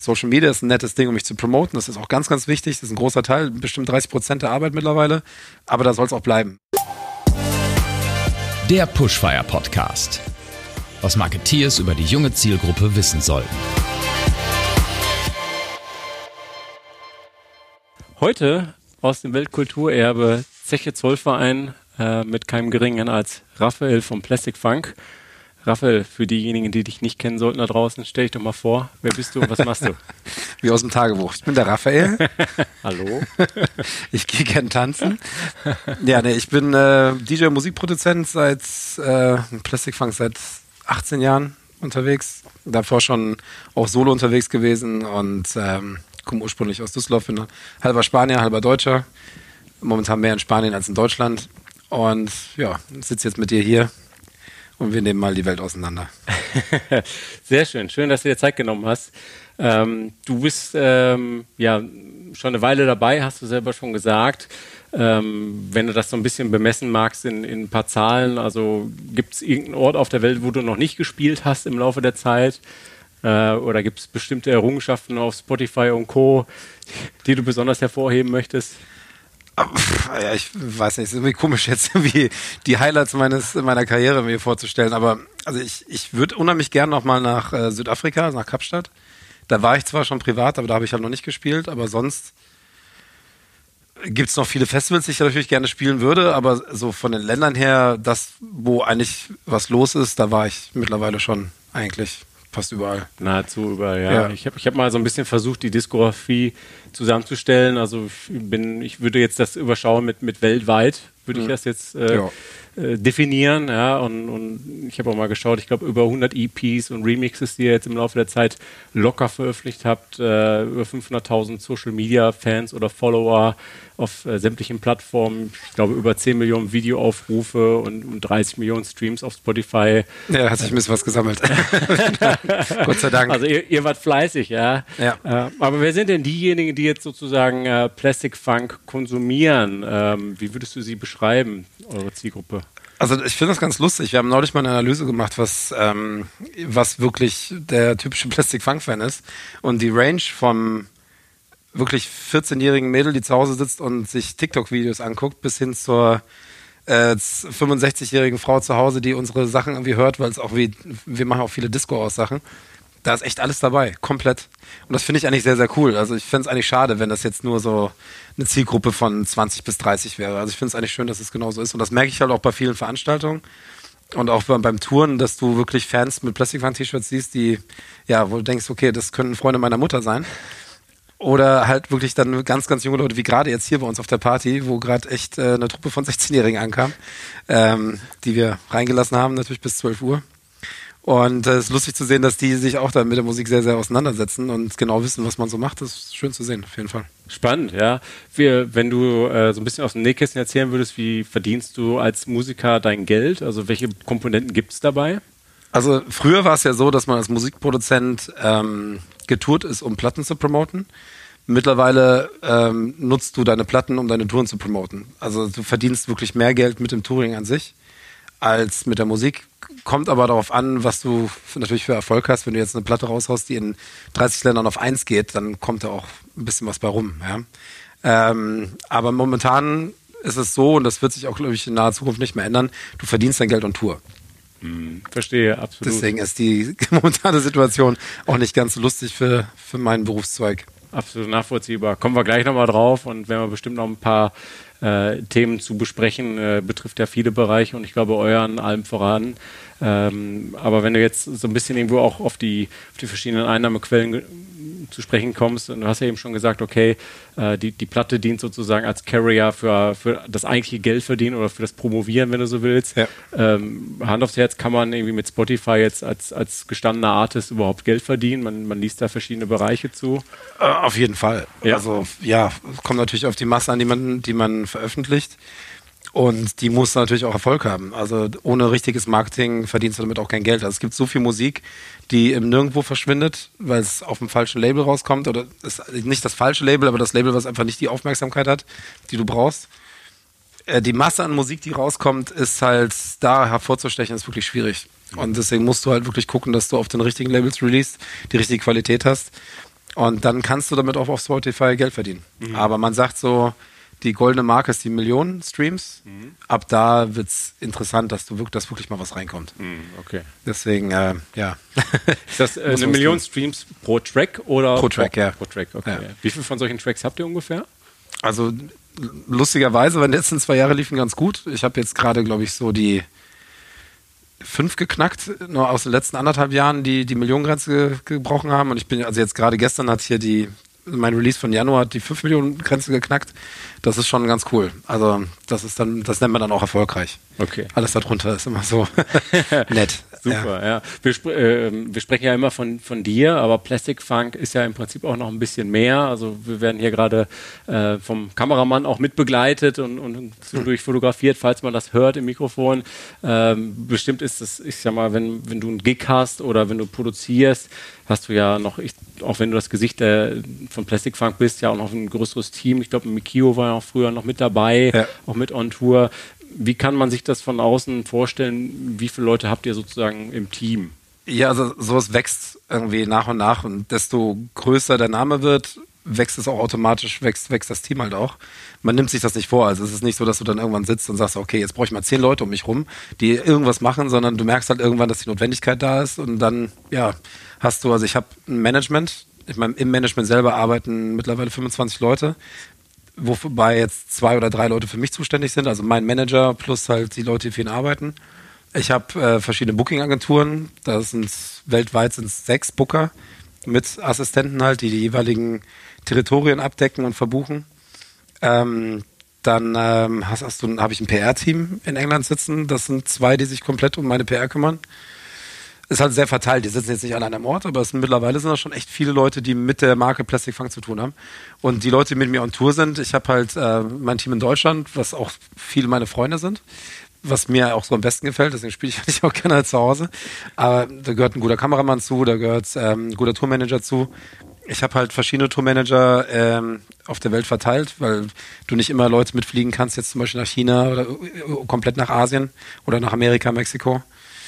Social Media ist ein nettes Ding, um mich zu promoten. Das ist auch ganz, ganz wichtig. Das ist ein großer Teil, bestimmt 30% der Arbeit mittlerweile. Aber da soll es auch bleiben. Der Pushfire Podcast. Was Marketeers über die junge Zielgruppe wissen sollten. Heute aus dem Weltkulturerbe Zeche Zollverein mit keinem Geringeren als Raphael vom Plastic Funk. Raphael, für diejenigen, die dich nicht kennen sollten da draußen, stell dich doch mal vor, wer bist du und was machst du? Wie aus dem Tagebuch. Ich bin der Raphael. Hallo. Ich gehe gern tanzen. Ja, ich bin DJ und Musikproduzent seit Plastic Funk seit 18 Jahren unterwegs. Davor schon auch solo unterwegs gewesen und komme ursprünglich aus Düsseldorf, bin halber Spanier, halber Deutscher. Momentan mehr in Spanien als in Deutschland. Und ja, sitze jetzt mit dir hier. Und wir nehmen mal die Welt auseinander. Sehr schön. Schön, dass du dir Zeit genommen hast. Du bist schon eine Weile dabei, hast du selber schon gesagt. Wenn du das so ein bisschen bemessen magst in ein paar Zahlen, also gibt es irgendeinen Ort auf der Welt, wo du noch nicht gespielt hast im Laufe der Zeit? Oder gibt es bestimmte Errungenschaften auf Spotify und Co., die du besonders hervorheben möchtest? Ja, ich weiß nicht, es ist irgendwie komisch jetzt irgendwie die Highlights meiner Karriere mir vorzustellen, aber also ich würde unheimlich gern nochmal nach Südafrika, also nach Kapstadt. Da war ich zwar schon privat, aber da habe ich halt noch nicht gespielt, aber sonst gibt es noch viele Festivals, die ich natürlich gerne spielen würde, aber so von den Ländern her, das, wo eigentlich was los ist, da war ich mittlerweile schon eigentlich fast überall. Nahezu überall, ja. Ich hab mal so ein bisschen versucht, die Diskografie zusammenzustellen. Also ich würde jetzt das überschauen mit weltweit, würde ich das jetzt definieren. Ja. Und ich habe auch mal geschaut, ich glaube über 100 EPs und Remixes, die ihr jetzt im Laufe der Zeit locker veröffentlicht habt, über 500.000 Social Media Fans oder Follower auf sämtlichen Plattformen, ich glaube über 10 Millionen Videoaufrufe und 30 Millionen Streams auf Spotify. Ja, hat sich ein bisschen was gesammelt. Gott sei Dank. Also ihr wart fleißig, ja. Aber wer sind denn diejenigen, die jetzt sozusagen Plastic Funk konsumieren? Wie würdest du sie beschreiben, eure Zielgruppe? Also ich finde das ganz lustig. Wir haben neulich mal eine Analyse gemacht, was wirklich der typische Plastic Funk Fan ist. Und die Range vom wirklich 14-jährigen Mädel, die zu Hause sitzt und sich TikTok-Videos anguckt, bis hin zur 65-jährigen Frau zu Hause, die unsere Sachen irgendwie hört, weil es auch wir machen auch viele Disco-Aus-Sachen. Da ist echt alles dabei, komplett. Und das finde ich eigentlich sehr, sehr cool. Also ich fände es eigentlich schade, wenn das jetzt nur so eine Zielgruppe von 20 bis 30 wäre. Also ich finde es eigentlich schön, dass es genauso ist. Und das merke ich halt auch bei vielen Veranstaltungen und auch beim Touren, dass du wirklich Fans mit Plastic Funk T-Shirts siehst, die, ja, wo du denkst, okay, das können Freunde meiner Mutter sein. Oder halt wirklich dann ganz, ganz junge Leute, wie gerade jetzt hier bei uns auf der Party, wo gerade echt eine Truppe von 16-Jährigen ankam, die wir reingelassen haben, natürlich bis 12 Uhr. Und es ist lustig zu sehen, dass die sich auch dann mit der Musik sehr, sehr auseinandersetzen und genau wissen, was man so macht. Das ist schön zu sehen, auf jeden Fall. Spannend, ja. Wenn du so ein bisschen aus dem Nähkästchen erzählen würdest, wie verdienst du als Musiker dein Geld? Also welche Komponenten gibt es dabei? Also früher war es ja so, dass man als Musikproduzent getourt ist, um Platten zu promoten. Mittlerweile nutzt du deine Platten, um deine Touren zu promoten. Also du verdienst wirklich mehr Geld mit dem Touring an sich als mit der Musik. Kommt aber darauf an, was du natürlich für Erfolg hast. Wenn du jetzt eine Platte raushaust, die in 30 Ländern auf 1 geht, dann kommt da auch ein bisschen was bei rum. Ja? Aber momentan ist es so, und das wird sich auch, glaube ich, in naher Zukunft nicht mehr ändern, du verdienst dein Geld on Tour. Verstehe, absolut. Deswegen ist die momentane Situation auch nicht ganz so lustig für meinen Berufszweig. Absolut nachvollziehbar. Kommen wir gleich nochmal drauf und werden wir bestimmt noch ein paar Themen zu besprechen. Betrifft ja viele Bereiche und ich glaube euren allem voran. Aber wenn du jetzt so ein bisschen irgendwo auch auf die verschiedenen Einnahmequellen zu sprechen kommst, und du hast ja eben schon gesagt, okay, die Platte dient sozusagen als Carrier für das eigentliche Geld verdienen oder für das Promovieren, wenn du so willst. Ja. Hand aufs Herz, kann man irgendwie mit Spotify jetzt als gestandener Artist überhaupt Geld verdienen? Man liest da verschiedene Bereiche zu. Auf jeden Fall. Ja. Also ja, kommt natürlich auf die Masse an, die man veröffentlicht. Und die muss natürlich auch Erfolg haben. Also ohne richtiges Marketing verdienst du damit auch kein Geld. Also es gibt so viel Musik, die im Nirgendwo verschwindet, weil es auf dem falschen Label rauskommt. Oder ist nicht das falsche Label, aber das Label, was einfach nicht die Aufmerksamkeit hat, die du brauchst. Die Masse an Musik, die rauskommt, ist halt da hervorzustechen, ist wirklich schwierig. Und deswegen musst du halt wirklich gucken, dass du auf den richtigen Labels released, die richtige Qualität hast. Und dann kannst du damit auch auf Spotify Geld verdienen. Aber man sagt so, die goldene Marke ist die Millionen Streams. Ab da wird es interessant, dass wirklich mal was reinkommt. Okay. Deswegen, ja. Ist das eine Million Streams pro Track oder? Pro Track, ja. Pro Track, okay. Ja. Wie viele von solchen Tracks habt ihr ungefähr? Also lustigerweise, weil die letzten 2 Jahre liefen ganz gut. Ich habe jetzt gerade, glaube ich, so die 5 geknackt, nur aus den letzten 1,5 Jahren, die Millionengrenze gebrochen haben. Und ich bin, also jetzt gerade gestern hat hier mein Release von Januar hat die 5 Millionen Grenze geknackt. Das ist schon ganz cool. Also das nennt man dann auch erfolgreich. Okay. Alles darunter ist immer so nett. Super, ja. Wir sprechen ja immer von dir, aber Plastic Funk ist ja im Prinzip auch noch ein bisschen mehr. Also wir werden hier gerade vom Kameramann auch mitbegleitet und zwischendurch fotografiert, falls man das hört im Mikrofon. Bestimmt ist das, ich sag mal, wenn du einen Gig hast oder wenn du produzierst, hast du ja noch, auch wenn du das Gesicht von Plastic Funk bist, ja auch noch ein größeres Team. Ich glaube, Mikio war ja auch früher noch mit dabei, auch mit on Tour. Wie kann man sich das von außen vorstellen? Wie viele Leute habt ihr sozusagen im Team? Ja, also sowas wächst irgendwie nach und nach und desto größer der Name wird, wächst es auch automatisch, wächst das Team halt auch. Man nimmt sich das nicht vor. Also es ist nicht so, dass du dann irgendwann sitzt und sagst, okay, jetzt brauche ich mal 10 Leute um mich rum, die irgendwas machen, sondern du merkst halt irgendwann, dass die Notwendigkeit da ist und dann, ja, hast du, also ich habe ein Management, ich meine, im Management selber arbeiten mittlerweile 25 Leute, wobei jetzt 2 oder 3 Leute für mich zuständig sind, also mein Manager plus halt die Leute, die für ihn arbeiten. Ich habe verschiedene Booking-Agenturen, weltweit sind es 6 Booker mit Assistenten halt, die jeweiligen Territorien abdecken und verbuchen. Dann habe ich ein PR-Team in England sitzen, das sind 2, die sich komplett um meine PR kümmern. Ist halt sehr verteilt. Die sitzen jetzt nicht alle an einem Ort, aber mittlerweile sind das schon echt viele Leute, die mit der Marke Plastic Funk zu tun haben. Und die Leute, die mit mir on Tour sind, ich habe halt mein Team in Deutschland, was auch viele meine Freunde sind, was mir auch so am besten gefällt, deswegen spiele ich eigentlich auch gerne zu Hause. Aber da gehört ein guter Kameramann zu, da gehört ein guter Tourmanager zu. Ich habe halt verschiedene Tourmanager auf der Welt verteilt, weil du nicht immer Leute mitfliegen kannst, jetzt zum Beispiel nach China oder komplett nach Asien oder nach Amerika, Mexiko.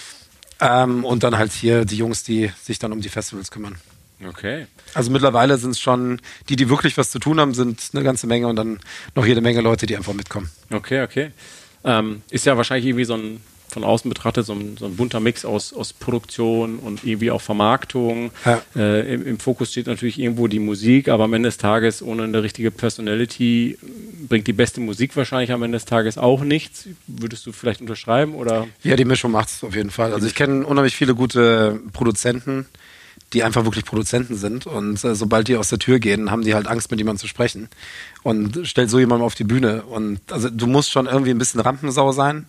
Und dann halt hier die Jungs, die sich dann um die Festivals kümmern. Okay. Also mittlerweile sind es schon, die wirklich was zu tun haben, sind eine ganze Menge und dann noch jede Menge Leute, die einfach mitkommen. Okay. Ist ja wahrscheinlich irgendwie so ein, von außen betrachtet, so ein bunter Mix aus Produktion und irgendwie auch Vermarktung. Ja. Im Fokus steht natürlich irgendwo die Musik, aber am Ende des Tages ohne eine richtige Personality bringt die beste Musik wahrscheinlich am Ende des Tages auch nichts. Würdest du vielleicht unterschreiben? Oder? Ja, die Mischung macht es auf jeden Fall. Also ich kenne unheimlich viele gute Produzenten, die einfach wirklich Produzenten sind und sobald die aus der Tür gehen, haben die halt Angst, mit jemandem zu sprechen und stellt so jemanden auf die Bühne. Und also du musst schon irgendwie ein bisschen Rampensau sein.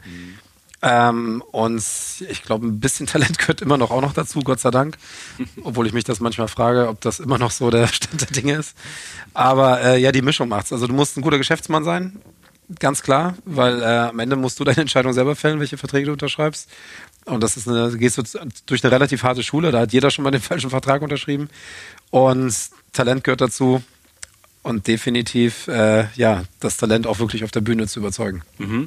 Und ich glaube, ein bisschen Talent gehört immer noch auch noch dazu, Gott sei Dank. Obwohl ich mich das manchmal frage, ob das immer noch so der Stand der Dinge ist. Aber ja, die Mischung macht's. Also du musst ein guter Geschäftsmann sein, ganz klar, weil am Ende musst du deine Entscheidung selber fällen, welche Verträge du unterschreibst. Und das ist gehst du durch eine relativ harte Schule, da hat jeder schon mal den falschen Vertrag unterschrieben. Und Talent gehört dazu. Und definitiv, das Talent auch wirklich auf der Bühne zu überzeugen. Mhm.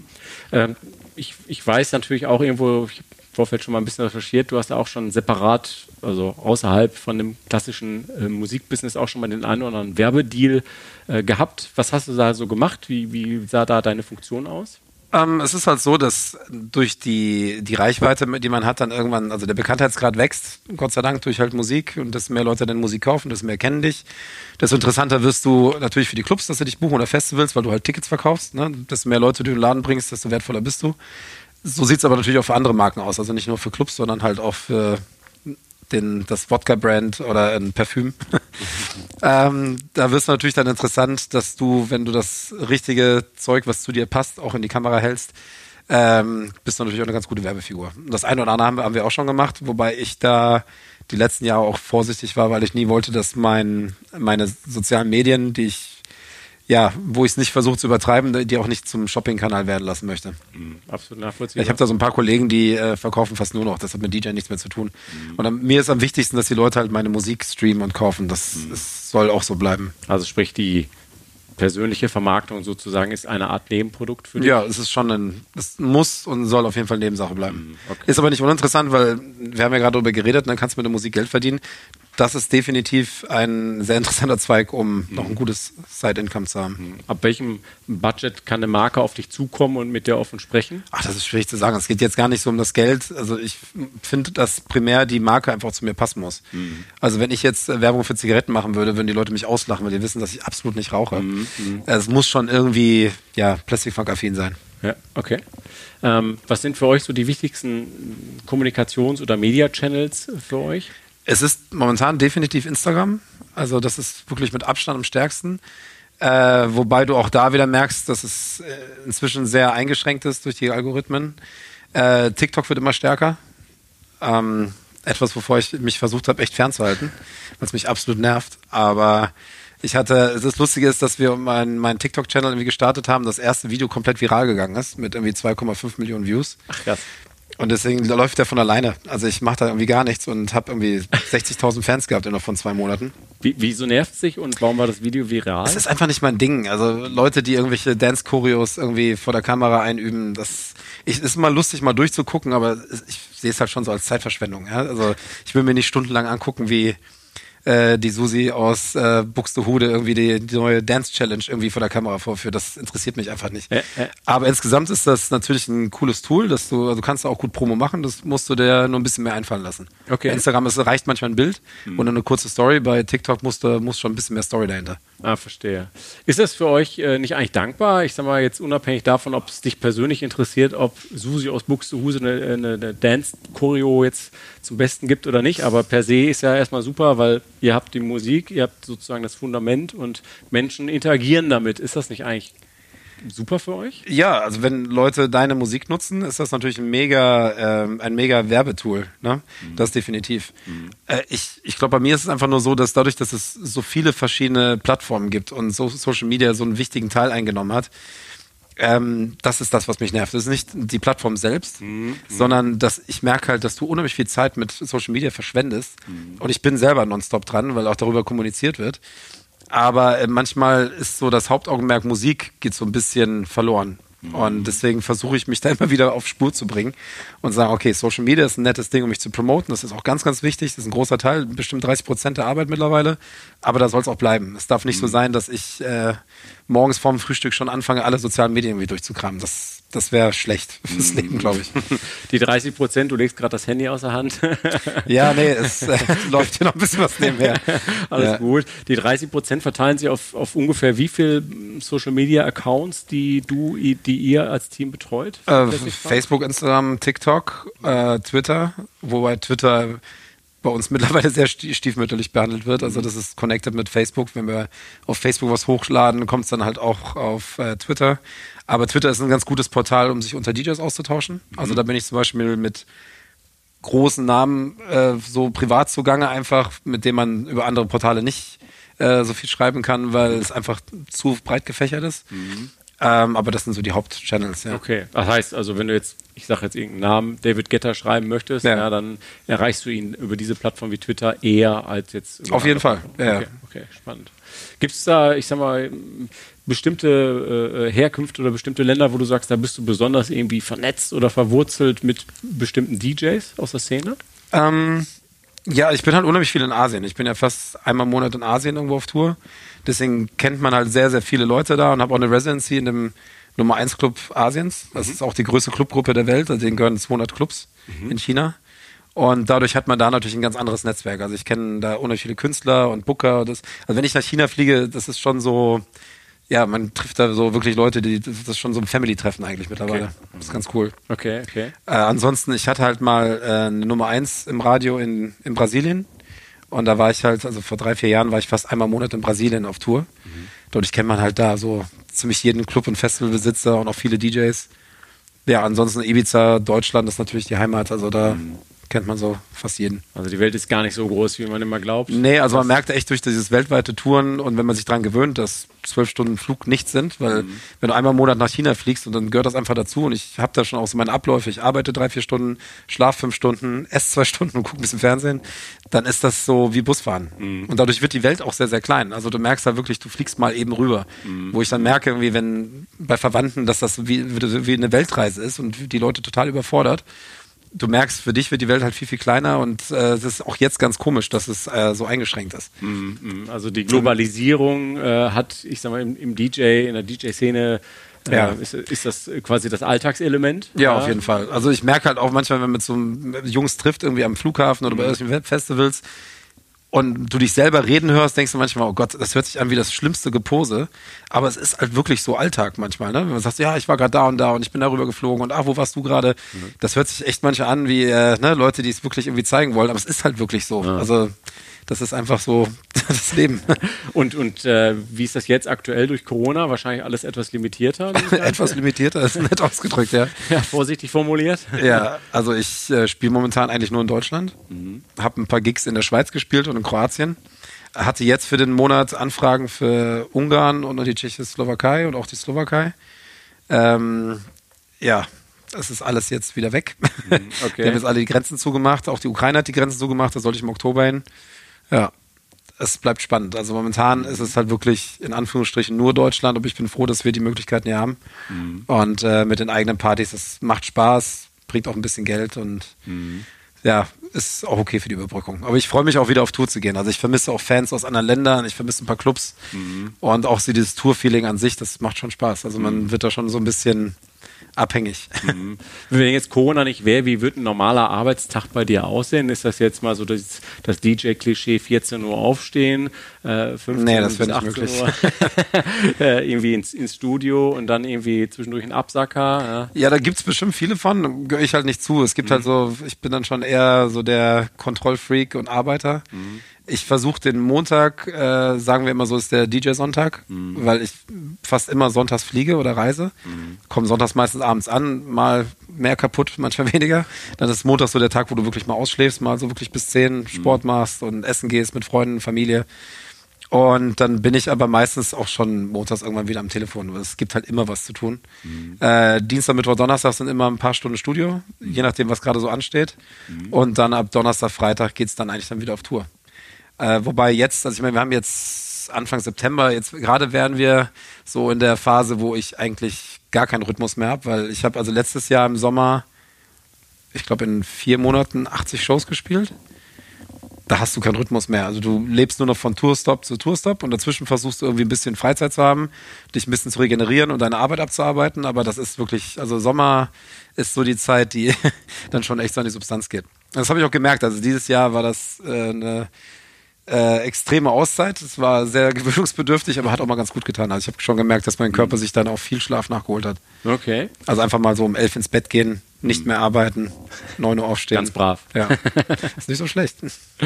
Ich weiß natürlich auch irgendwo, ich habe im Vorfeld schon mal ein bisschen recherchiert, du hast ja auch schon separat, also außerhalb von dem klassischen Musikbusiness auch schon mal den einen oder anderen Werbedeal gehabt. Was hast du da so gemacht? Wie sah da deine Funktion aus? Es ist halt so, dass durch die Reichweite, die man hat, dann irgendwann, also der Bekanntheitsgrad wächst, Gott sei Dank, durch halt Musik und desto mehr Leute deine Musik kaufen, desto mehr kennen dich. Desto interessanter wirst du natürlich für die Clubs, dass sie dich buchen oder Festivals, weil du halt Tickets verkaufst. Ne? Desto mehr Leute du in den Laden bringst, desto wertvoller bist du. So sieht es aber natürlich auch für andere Marken aus. Also nicht nur für Clubs, sondern halt auch für das Wodka-Brand oder ein Parfüm. Da wird es natürlich dann interessant, dass du, wenn du das richtige Zeug, was zu dir passt, auch in die Kamera hältst, bist du natürlich auch eine ganz gute Werbefigur. Das eine oder andere haben wir auch schon gemacht, wobei ich da die letzten Jahre auch vorsichtig war, weil ich nie wollte, dass meine sozialen Medien, wo ich es nicht versuche zu übertreiben, die auch nicht zum Shopping-Kanal werden lassen möchte. Absolut nachvollziehbar. Ich habe da so ein paar Kollegen, die verkaufen fast nur noch. Das hat mit DJ nichts mehr zu tun. Und mir ist am wichtigsten, dass die Leute halt meine Musik streamen und kaufen. Das soll auch so bleiben. Also sprich, die persönliche Vermarktung sozusagen ist eine Art Nebenprodukt für dich? Ja, es ist schon es muss und soll auf jeden Fall Nebensache bleiben. Okay. Ist aber nicht uninteressant, weil wir haben ja gerade darüber geredet, dann kannst du mit der Musik Geld verdienen. das ist definitiv ein sehr interessanter Zweig, um noch ein gutes Side-Income zu haben. Ab welchem Budget kann eine Marke auf dich zukommen und mit der offen sprechen? Ach, das ist schwierig zu sagen. Es geht jetzt gar nicht so um das Geld. Also ich finde, dass primär die Marke einfach zu mir passen muss. Also wenn ich jetzt Werbung für Zigaretten machen würde, würden die Leute mich auslachen, weil die wissen, dass ich absolut nicht rauche. Es muss schon irgendwie, Plastikfunk-affin sein. Ja, okay. Was sind für euch so die wichtigsten Kommunikations- oder Media-Channels für euch? Es ist momentan definitiv Instagram. Also das ist wirklich mit Abstand am stärksten. Wobei du auch da wieder merkst, dass es inzwischen sehr eingeschränkt ist durch die Algorithmen. TikTok wird immer stärker. Etwas, wovor ich mich versucht habe, echt fernzuhalten, weil es mich absolut nervt. Aber das Lustige ist, dass wir meinen TikTok-Channel irgendwie gestartet haben, das erste Video komplett viral gegangen ist, mit irgendwie 2,5 Millionen Views. Ach krass. Und deswegen läuft der von alleine. Also ich mache da irgendwie gar nichts und habe irgendwie 60.000 Fans gehabt innerhalb von 2 Monaten. Wieso nervt es dich und warum war das Video viral? Es ist einfach nicht mein Ding. Also Leute, die irgendwelche Dance-Choreos irgendwie vor der Kamera einüben, ist immer lustig mal durchzugucken, aber ich sehe es halt schon so als Zeitverschwendung. Ja? Also ich will mir nicht stundenlang angucken, wie die Susi aus Buxtehude irgendwie die neue Dance-Challenge irgendwie vor der Kamera vorführt. Das interessiert mich einfach nicht. Aber insgesamt ist das natürlich ein cooles Tool, dass du kannst auch gut Promo machen, das musst du dir nur ein bisschen mehr einfallen lassen. Okay. Bei Instagram reicht manchmal ein Bild und eine kurze Story. Bei TikTok muss schon ein bisschen mehr Story dahinter. Ah, verstehe. Ist das für euch nicht eigentlich dankbar? Ich sag mal jetzt unabhängig davon, ob es dich persönlich interessiert, ob Susi aus Buxtehude eine Dance-Choreo jetzt zum Besten gibt oder nicht, aber per se ist ja erstmal super, weil ihr habt die Musik, ihr habt sozusagen das Fundament und Menschen interagieren damit. Ist das nicht eigentlich super für euch? Ja, also wenn Leute deine Musik nutzen, ist das natürlich ein mega Werbetool. Ne? Das definitiv. Ich glaube, bei mir ist es einfach nur so, dass dadurch, dass es so viele verschiedene Plattformen gibt und so Social Media so einen wichtigen Teil eingenommen hat, das ist das, was mich nervt. Das ist nicht die Plattform selbst, sondern dass ich merke halt, dass du unheimlich viel Zeit mit Social Media verschwendest. Und ich bin selber nonstop dran, weil auch darüber kommuniziert wird. Aber manchmal ist so das Hauptaugenmerk Musik geht so ein bisschen verloren. Und deswegen versuche ich mich da immer wieder auf Spur zu bringen und sagen, okay, Social Media ist ein nettes Ding, um mich zu promoten. Das ist auch ganz, ganz wichtig. Das ist ein großer Teil, bestimmt 30% der Arbeit mittlerweile. Aber da soll es auch bleiben. Es darf nicht so sein, dass ich morgens vorm Frühstück schon anfange, alle sozialen Medien irgendwie durchzukramen. Das wäre schlecht fürs Leben, glaube ich. Die 30%, du legst gerade das Handy aus der Hand. Ja, nee, es läuft hier noch ein bisschen was nebenher. Alles gut. Die 30% verteilen sich auf ungefähr wie viele Social-Media-Accounts, die ihr als Team betreut? Facebook, Instagram, TikTok, Twitter, wobei Twitter bei uns mittlerweile sehr stiefmütterlich behandelt wird. Also das ist connected mit Facebook. Wenn wir auf Facebook was hochladen, kommt es dann halt auch auf Twitter. Aber Twitter ist ein ganz gutes Portal, um sich unter DJs auszutauschen. Also da bin ich zum Beispiel mit großen Namen so privat zugange, einfach mit denen man über andere Portale nicht so viel schreiben kann, weil es einfach zu breit gefächert ist. Aber das sind so die Hauptchannels, ja. Okay, das heißt also, wenn du jetzt, ich sage jetzt irgendeinen Namen, David Guetta schreiben möchtest, dann erreichst du ihn über diese Plattform wie Twitter eher als jetzt... Auf jeden Fall, ja. Okay, spannend. Gibt es da, ich sag mal, bestimmte Herkünfte oder bestimmte Länder, wo du sagst, da bist du besonders irgendwie vernetzt oder verwurzelt mit bestimmten DJs aus der Szene? Ja, ich bin halt unheimlich viel in Asien. Ich bin ja fast einmal im Monat in Asien irgendwo auf Tour. Deswegen kennt man halt sehr, sehr viele Leute da und habe auch eine Residency in dem Nummer 1 Club Asiens. Das ist auch die größte Clubgruppe der Welt. Also denen gehören 200 Clubs in China. Und dadurch hat man da natürlich ein ganz anderes Netzwerk. Also ich kenne da unheimlich viele Künstler und Booker. Also wenn ich nach China fliege, das ist schon so, ja, man trifft da so wirklich Leute, das ist schon so ein Family-Treffen eigentlich mittlerweile. Okay. Das ist ganz cool. Okay. Ansonsten, ich hatte halt mal eine Nummer 1 im Radio in Brasilien. Und da war ich halt, also vor 3-4 Jahren war ich fast einmal im Monat in Brasilien auf Tour. Dadurch kennt man halt da so ziemlich jeden Club- und Festivalbesitzer und auch viele DJs. Ja, ansonsten Ibiza, Deutschland ist natürlich die Heimat, also da kennt man so fast jeden. Also die Welt ist gar nicht so groß, wie man immer glaubt. Nee, also man merkt echt durch dieses weltweite Touren und wenn man sich daran gewöhnt, dass 12 Stunden Flug nichts sind, weil wenn du einmal im Monat nach China fliegst und dann gehört das einfach dazu und ich habe da schon auch so meine Abläufe, ich arbeite 3-4 Stunden, schlaf 5 Stunden, esse 2 Stunden und gucke ein bisschen Fernsehen, dann ist das so wie Busfahren. Und dadurch wird die Welt auch sehr, sehr klein. Also du merkst da wirklich, du fliegst mal eben rüber. Wo ich dann merke, irgendwie, wenn bei Verwandten, dass das wie eine Weltreise ist und die Leute total überfordert. du merkst, für dich wird die Welt halt viel, viel kleiner und es ist auch jetzt ganz komisch, dass es so eingeschränkt ist. Also die Globalisierung hat, ich sag mal, in der DJ-Szene ist das quasi das Alltagselement? Ja, auf jeden Fall. Also ich merke halt auch manchmal, wenn man mit so Jungs trifft, irgendwie am Flughafen oder bei irgendwelchen Festivals und du dich selber reden hörst, denkst du manchmal, oh Gott, das hört sich an wie das schlimmste Gepose. Aber es ist halt wirklich so Alltag manchmal, ne? Wenn man sagt, ja, ich war gerade da und ich bin darüber geflogen und wo warst du gerade? Das hört sich echt manchmal an wie Leute, die es wirklich irgendwie zeigen wollen. Aber es ist halt wirklich so. Ja. Also das ist einfach so das Leben. Und wie ist das jetzt aktuell durch Corona? Wahrscheinlich alles etwas limitierter? Etwas limitierter, ist nett ausgedrückt, ja. Ja, vorsichtig formuliert. Ja, also ich spiele momentan eigentlich nur in Deutschland. Habe ein paar Gigs in der Schweiz gespielt und in Kroatien. Hatte jetzt für den Monat Anfragen für Ungarn und die Tschechoslowakei und auch die Slowakei. Es ist alles jetzt wieder weg. Okay. Die haben jetzt alle die Grenzen zugemacht. Auch die Ukraine hat die Grenzen zugemacht. Da sollte ich im Oktober hin. Ja, es bleibt spannend. Also momentan ist es halt wirklich in Anführungsstrichen nur Deutschland, aber ich bin froh, dass wir die Möglichkeiten hier haben. Und mit den eigenen Partys, das macht Spaß, bringt auch ein bisschen Geld und ist auch okay für die Überbrückung. Aber ich freue mich auch wieder auf Tour zu gehen. Also ich vermisse auch Fans aus anderen Ländern, ich vermisse ein paar Clubs und auch so dieses Tour-Feeling an sich, das macht schon Spaß. Also man wird da schon so ein bisschen abhängig. Wenn jetzt Corona nicht wäre, wie würde ein normaler Arbeitstag bei dir aussehen? Ist das jetzt mal so das DJ-Klischee, 14 Uhr aufstehen, 15 das bis nicht 18 möglich. Uhr irgendwie ins Studio und dann irgendwie zwischendurch ein Absacker? Ja, da gibt's bestimmt viele von, gehöre ich halt nicht zu. Es gibt halt so, ich bin dann schon eher so der Kontrollfreak und Arbeiter. Ich versuche den Montag, sagen wir immer so, ist der DJ-Sonntag, weil ich fast immer sonntags fliege oder reise. Komme sonntags meistens abends an, mal mehr kaputt, manchmal weniger. Dann ist Montag so der Tag, wo du wirklich mal ausschläfst, mal so wirklich bis 10 Sport machst und essen gehst mit Freunden, Familie. Und dann bin ich aber meistens auch schon montags irgendwann wieder am Telefon. Es gibt halt immer was zu tun. Dienstag, Mittwoch, Donnerstag sind immer ein paar Stunden Studio, je nachdem, was gerade so ansteht. Und dann ab Donnerstag, Freitag geht's dann eigentlich dann wieder auf Tour. Wobei jetzt, also ich meine, wir haben jetzt Anfang September, jetzt gerade wären wir so in der Phase, wo ich eigentlich gar keinen Rhythmus mehr habe, weil ich habe also letztes Jahr im Sommer, ich glaube in 4 Monaten 80 Shows gespielt. Da hast du keinen Rhythmus mehr. Also du lebst nur noch von Tourstop zu Tourstop und dazwischen versuchst du irgendwie ein bisschen Freizeit zu haben, dich ein bisschen zu regenerieren und deine Arbeit abzuarbeiten, aber das ist wirklich, also Sommer ist so die Zeit, die dann schon echt so an die Substanz geht. Das habe ich auch gemerkt, also dieses Jahr war das eine extreme Auszeit. Es war sehr gewöhnungsbedürftig, aber hat auch mal ganz gut getan. Also ich habe schon gemerkt, dass mein Körper sich dann auch viel Schlaf nachgeholt hat. Okay. Also einfach mal so um 11 ins Bett gehen, nicht mehr arbeiten, 9 Uhr aufstehen. Ganz brav. Ja, ist nicht so schlecht.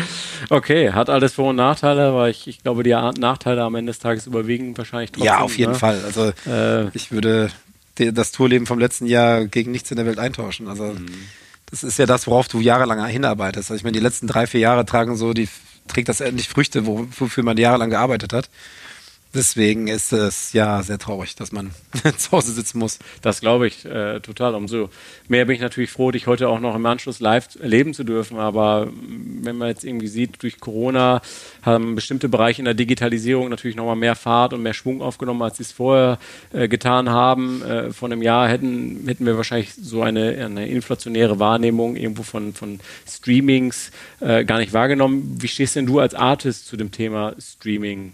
Okay, hat alles Vor- und Nachteile, aber ich glaube, die Nachteile am Ende des Tages überwiegen wahrscheinlich trotzdem. Ja, auf jeden Fall. Also ich würde das Tourleben vom letzten Jahr gegen nichts in der Welt eintauschen. Also das ist ja das, worauf du jahrelang hinarbeitest. Also ich meine, die letzten 3-4 Jahre trägt das endlich Früchte, wofür man jahrelang gearbeitet hat. Deswegen ist es ja sehr traurig, dass man zu Hause sitzen muss. Das glaube ich total. Umso mehr bin ich natürlich froh, dich heute auch noch im Anschluss live erleben zu dürfen. Aber wenn man jetzt irgendwie sieht, durch Corona haben bestimmte Bereiche in der Digitalisierung natürlich nochmal mehr Fahrt und mehr Schwung aufgenommen, als sie es vorher getan haben. Vor einem Jahr hätten wir wahrscheinlich so eine inflationäre Wahrnehmung irgendwo von Streamings gar nicht wahrgenommen. Wie stehst denn du als Artist zu dem Thema Streaming?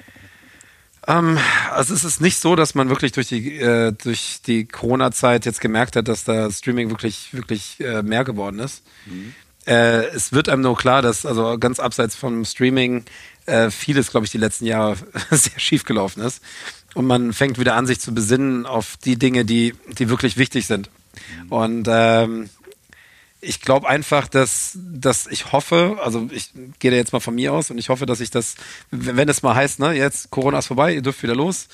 Also es ist nicht so, dass man wirklich durch die Corona-Zeit jetzt gemerkt hat, dass da Streaming wirklich mehr geworden ist. Es wird einem nur klar, dass also ganz abseits vom Streaming vieles, glaube ich, die letzten Jahre sehr schief gelaufen ist. Und man fängt wieder an, sich zu besinnen auf die Dinge, die wirklich wichtig sind. Und ich glaube einfach, dass ich hoffe, also ich gehe da jetzt mal von mir aus und ich hoffe, dass ich das, wenn es mal heißt, ne, jetzt Corona ist vorbei, ihr dürft wieder los,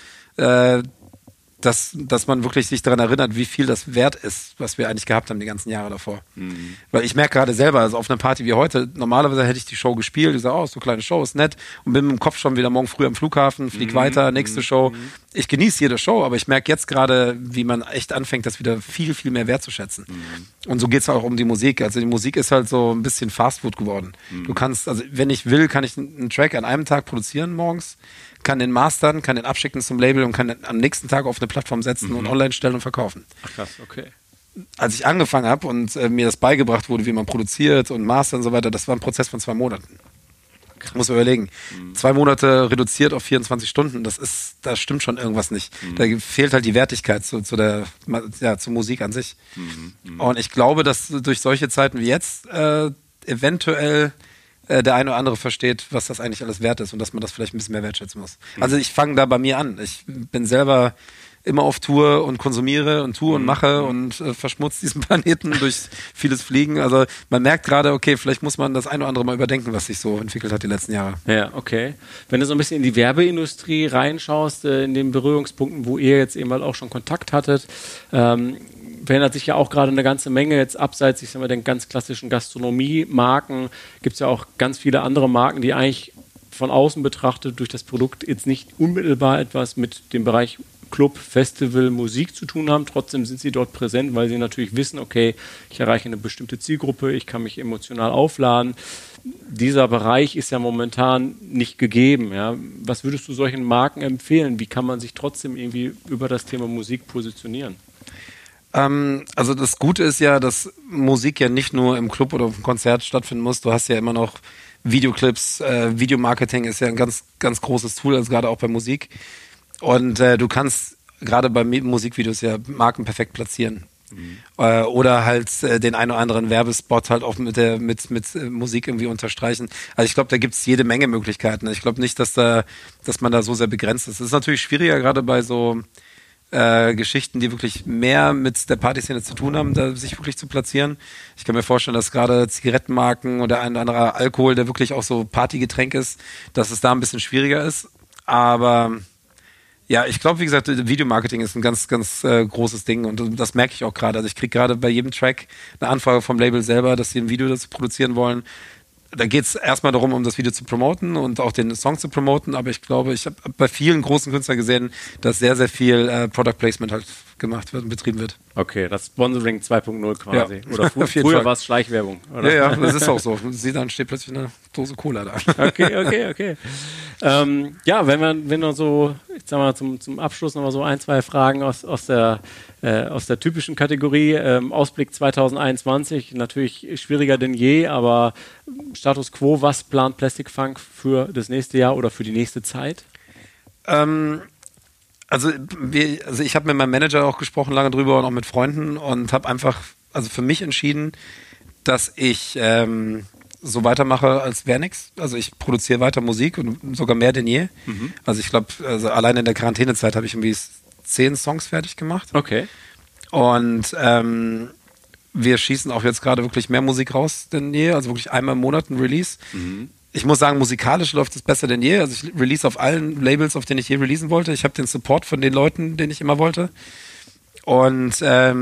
dass man wirklich sich daran erinnert, wie viel das wert ist, was wir eigentlich gehabt haben die ganzen Jahre davor. Weil ich merke gerade selber, also auf einer Party wie heute, normalerweise hätte ich die Show gespielt, ich sage, oh, so kleine Show, ist nett und bin mit dem Kopf schon wieder morgen früh am Flughafen, flieg weiter, nächste Show. Ich genieße jede Show, aber ich merke jetzt gerade, wie man echt anfängt, das wieder viel, viel mehr wertzuschätzen. Und so geht's auch um die Musik. Also die Musik ist halt so ein bisschen Fastfood geworden. Du kannst, also wenn ich will, kann ich einen Track an einem Tag produzieren morgens, kann den mastern, kann den abschicken zum Label und kann den am nächsten Tag auf eine Plattform setzen und online stellen und verkaufen. Ach krass, okay. als ich angefangen habe und mir das beigebracht wurde, wie man produziert und master und so weiter, das war ein Prozess von 2 Monaten. Muss man überlegen. 2 Monate reduziert auf 24 Stunden, da stimmt schon irgendwas nicht. Da fehlt halt die Wertigkeit zur Musik an sich. Und ich glaube, dass durch solche Zeiten wie jetzt eventuell der eine oder andere versteht, was das eigentlich alles wert ist und dass man das vielleicht ein bisschen mehr wertschätzen muss. Also ich fange da bei mir an. Ich bin selber immer auf Tour und konsumiere und tue und mache und verschmutze diesen Planeten durch vieles Fliegen. Also man merkt gerade, okay, vielleicht muss man das ein oder andere mal überdenken, was sich so entwickelt hat die letzten Jahre. Ja, okay. Wenn du so ein bisschen in die Werbeindustrie reinschaust, in den Berührungspunkten, wo ihr jetzt eben halt auch schon Kontakt hattet, verändert sich ja auch gerade eine ganze Menge jetzt abseits, ich sag mal, den ganz klassischen Gastronomie-Marken, gibt es ja auch ganz viele andere Marken, die eigentlich von außen betrachtet durch das Produkt jetzt nicht unmittelbar etwas mit dem Bereich Club, Festival, Musik zu tun haben. Trotzdem sind sie dort präsent, weil sie natürlich wissen, okay, ich erreiche eine bestimmte Zielgruppe, ich kann mich emotional aufladen. Dieser Bereich ist ja momentan nicht gegeben. Ja. Was würdest du solchen Marken empfehlen? Wie kann man sich trotzdem irgendwie über das Thema Musik positionieren? Also das Gute ist ja, dass Musik ja nicht nur im Club oder auf dem Konzert stattfinden muss. Du hast ja immer noch Videoclips, Videomarketing ist ja ein ganz, ganz großes Tool, also gerade auch bei Musik. Und du kannst gerade bei Musikvideos ja Marken perfekt platzieren. Oder halt den einen oder anderen Werbespot halt auch mit Musik irgendwie unterstreichen. Also ich glaube, da gibt's jede Menge Möglichkeiten. Ich glaube nicht, dass man da so sehr begrenzt ist. Es ist natürlich schwieriger, gerade bei so Geschichten, die wirklich mehr mit der Partyszene zu tun haben, da sich wirklich zu platzieren. Ich kann mir vorstellen, dass gerade Zigarettenmarken oder ein oder anderer Alkohol, der wirklich auch so Partygetränk ist, dass es da ein bisschen schwieriger ist. Aber ja, ich glaube, wie gesagt, Videomarketing ist ein ganz, ganz großes Ding und das merke ich auch gerade. Also ich kriege gerade bei jedem Track eine Anfrage vom Label selber, dass sie ein Video dazu produzieren wollen. Da geht es erstmal darum, um das Video zu promoten und auch den Song zu promoten, aber ich glaube, ich habe bei vielen großen Künstlern gesehen, dass sehr, sehr viel Product Placement halt gemacht wird und betrieben wird. Okay, das Sponsoring 2.0 quasi. Ja. Oder früher war es Schleichwerbung, oder? Ja, das ist auch so. Sie dann steht plötzlich eine Dose Cola da. Okay. Ja, wenn wir so, ich sag mal, zum Abschluss nochmal so 1, 2 Fragen aus der typischen Kategorie. Ausblick 2021, natürlich schwieriger denn je, aber Status Quo, was plant Plastic Funk für das nächste Jahr oder für die nächste Zeit? Also ich habe mit meinem Manager auch gesprochen, lange drüber und auch mit Freunden und habe einfach, also für mich entschieden, dass ich so weitermache, als wäre nichts. Also ich produziere weiter Musik und sogar mehr denn je. Also ich glaube, allein in der Quarantänezeit habe ich irgendwie 10 Songs fertig gemacht. Okay. Und wir schießen auch jetzt gerade wirklich mehr Musik raus denn je, also wirklich einmal im Monat ein Release. Ich muss sagen, musikalisch läuft es besser denn je. Also ich release auf allen Labels, auf denen ich je releasen wollte. Ich habe den Support von den Leuten, den ich immer wollte. Und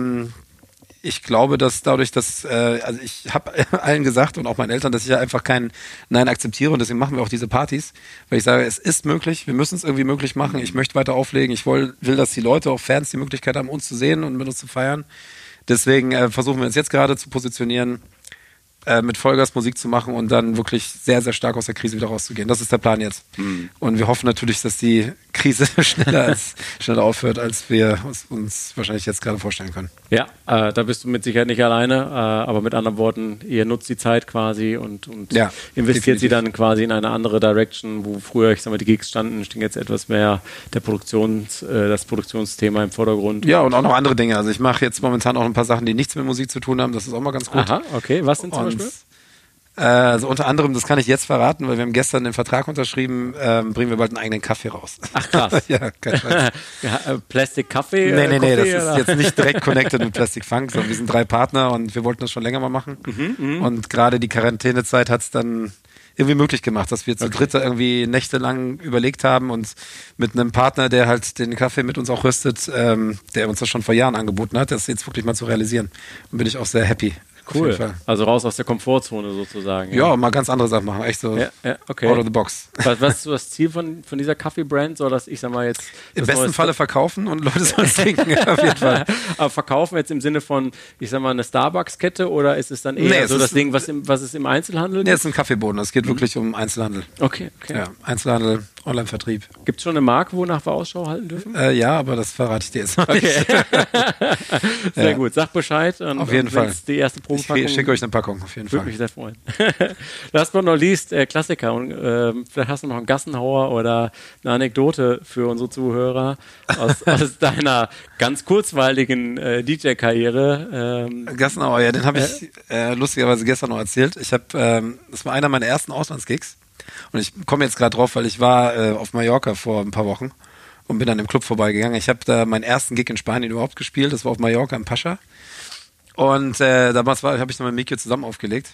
ich glaube, dass dadurch, dass also ich habe allen gesagt und auch meinen Eltern, dass ich ja einfach kein Nein akzeptiere und deswegen machen wir auch diese Partys, weil ich sage, es ist möglich, wir müssen es irgendwie möglich machen. Ich möchte weiter auflegen. Ich will, dass die Leute, auch Fans, die Möglichkeit haben, uns zu sehen und mit uns zu feiern. Deswegen versuchen wir uns jetzt gerade zu positionieren, mit Vollgas Musik zu machen und dann wirklich sehr, sehr stark aus der Krise wieder rauszugehen. Das ist der Plan jetzt. Und wir hoffen natürlich, dass die Krise schneller aufhört, als wir uns wahrscheinlich jetzt gerade vorstellen können. Ja, da bist du mit Sicherheit nicht alleine, aber mit anderen Worten, ihr nutzt die Zeit quasi und ja, investiert definitiv. Sie dann quasi in eine andere Direction, wo früher, ich sag mal, die Gigs stehen jetzt etwas mehr das Produktionsthema im Vordergrund. Ja, und auch noch andere Dinge. Also ich mache jetzt momentan auch ein paar Sachen, die nichts mit Musik zu tun haben. Das ist auch mal ganz gut. Aha, okay. Was sind zum Beispiel? Also unter anderem, das kann ich jetzt verraten, weil wir haben gestern den Vertrag unterschrieben, bringen wir bald einen eigenen Kaffee raus. Ach krass. Ja, kein Scheiß. Plastic Kaffee? Nee, das ist jetzt nicht direkt connected mit Plastic Funk, sondern wir sind 3 Partner und wir wollten das schon länger mal machen. Und gerade die Quarantänezeit hat es dann irgendwie möglich gemacht, dass wir zu dritt irgendwie nächtelang überlegt haben und mit einem Partner, der halt den Kaffee mit uns auch röstet, der uns das schon vor Jahren angeboten hat, das jetzt wirklich mal zu realisieren. Und bin ich auch sehr happy. Cool. Also raus aus der Komfortzone sozusagen. Ja, mal ganz andere Sachen machen. Echt so okay. Out of the box. Was ist so das Ziel von dieser Kaffee-Brand? Soll das, ich sag mal jetzt... Im besten Falle verkaufen und Leute sollen es trinken, auf jeden Fall. Aber verkaufen jetzt im Sinne von, ich sag mal, eine Starbucks-Kette oder ist es dann eher so das Ding, was es im Einzelhandel gibt? Nee, es ist ein Kaffeeboden. Es geht wirklich um Einzelhandel. Okay. Ja, Einzelhandel Online-Vertrieb. Gibt es schon eine Marke, wonach wir Ausschau halten dürfen? Ja, aber das verrate ich dir jetzt noch nicht. Sehr gut, sag Bescheid. Auf jeden Fall. Die erste Probepackung. Ich schicke euch eine Packung, auf jeden Fall. Würde mich sehr freuen. Last but not least, Klassiker. Und vielleicht hast du noch einen Gassenhauer oder eine Anekdote für unsere Zuhörer aus deiner ganz kurzweiligen DJ-Karriere. Gassenhauer, ja, den habe ich lustigerweise gestern noch erzählt. Das war einer meiner ersten Auslandsgigs. Und ich komme jetzt gerade drauf, weil ich war auf Mallorca vor ein paar Wochen und bin dann im Club vorbeigegangen. Ich habe da meinen ersten Gig in Spanien überhaupt gespielt. Das war auf Mallorca im Pascha. Und damals habe ich noch mit Mikio zusammen aufgelegt.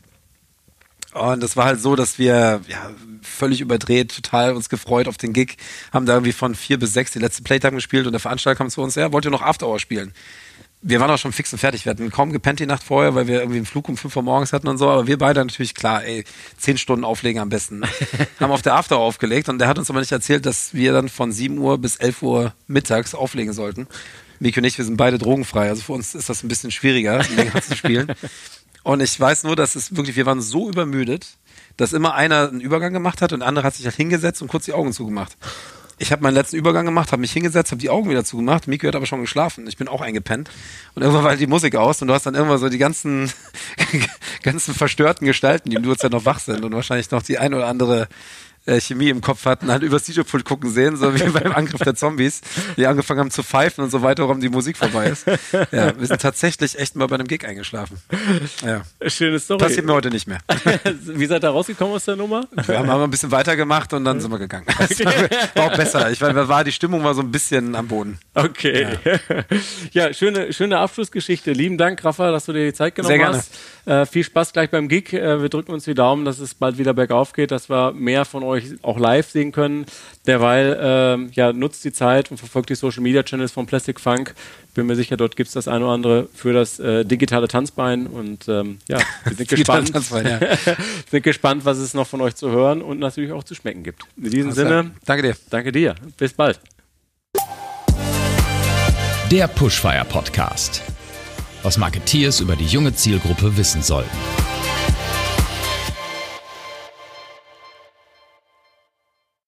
Und es war halt so, dass wir völlig überdreht, total uns gefreut auf den Gig, haben da irgendwie von 4 bis 6 die letzte Playtime gespielt und der Veranstalter kam zu uns, wollt ihr noch After Hour spielen? Wir waren auch schon fix und fertig. Wir hatten kaum gepennt die Nacht vorher, weil wir irgendwie einen Flug um 5 Uhr morgens hatten und so. Aber wir beide natürlich, klar, 10 Stunden auflegen am besten. Haben auf der After aufgelegt und der hat uns aber nicht erzählt, dass wir dann von 7 Uhr bis 11 Uhr mittags auflegen sollten. Miki und ich, wir sind beide drogenfrei. Also für uns ist das ein bisschen schwieriger, länger zu spielen. Und ich weiß nur, dass wir waren so übermüdet, dass immer einer einen Übergang gemacht hat und der andere hat sich halt hingesetzt und kurz die Augen zugemacht. Ich habe meinen letzten Übergang gemacht, habe mich hingesetzt, habe die Augen wieder zugemacht. Miki hat aber schon geschlafen. Ich bin auch eingepennt. Und irgendwann war halt die Musik aus und du hast dann irgendwann so die ganzen verstörten Gestalten, die im Uhrzeit noch wach sind und wahrscheinlich noch die ein oder andere Chemie im Kopf hatten, halt übers DJ-Pult gucken sehen, so wie beim Angriff der Zombies, die angefangen haben zu pfeifen und so weiter, warum die Musik vorbei ist. Ja, wir sind tatsächlich echt mal bei einem Gig eingeschlafen. Ja. Schöne Story. Passiert mir heute nicht mehr. Wie seid ihr rausgekommen aus der Nummer? Wir haben ein bisschen weitergemacht und dann sind wir gegangen. Das war auch besser. Die Stimmung war so ein bisschen am Boden. Okay. Ja, schöne Abschlussgeschichte. Lieben Dank, Rafa, dass du dir die Zeit genommen hast. Viel Spaß gleich beim Gig. Wir drücken uns die Daumen, dass es bald wieder bergauf geht, dass wir mehr von euch auch live sehen können. Derweil nutzt die Zeit und verfolgt die Social Media Channels von Plastic Funk. Bin mir sicher, dort gibt es das eine oder andere für das digitale Tanzbein und wir sind gespannt. Sind gespannt, was es noch von euch zu hören und natürlich auch zu schmecken gibt. In diesem Sinne, danke dir. Danke dir. Bis bald. Der Pushfire Podcast. Was Marketeers über die junge Zielgruppe wissen sollten.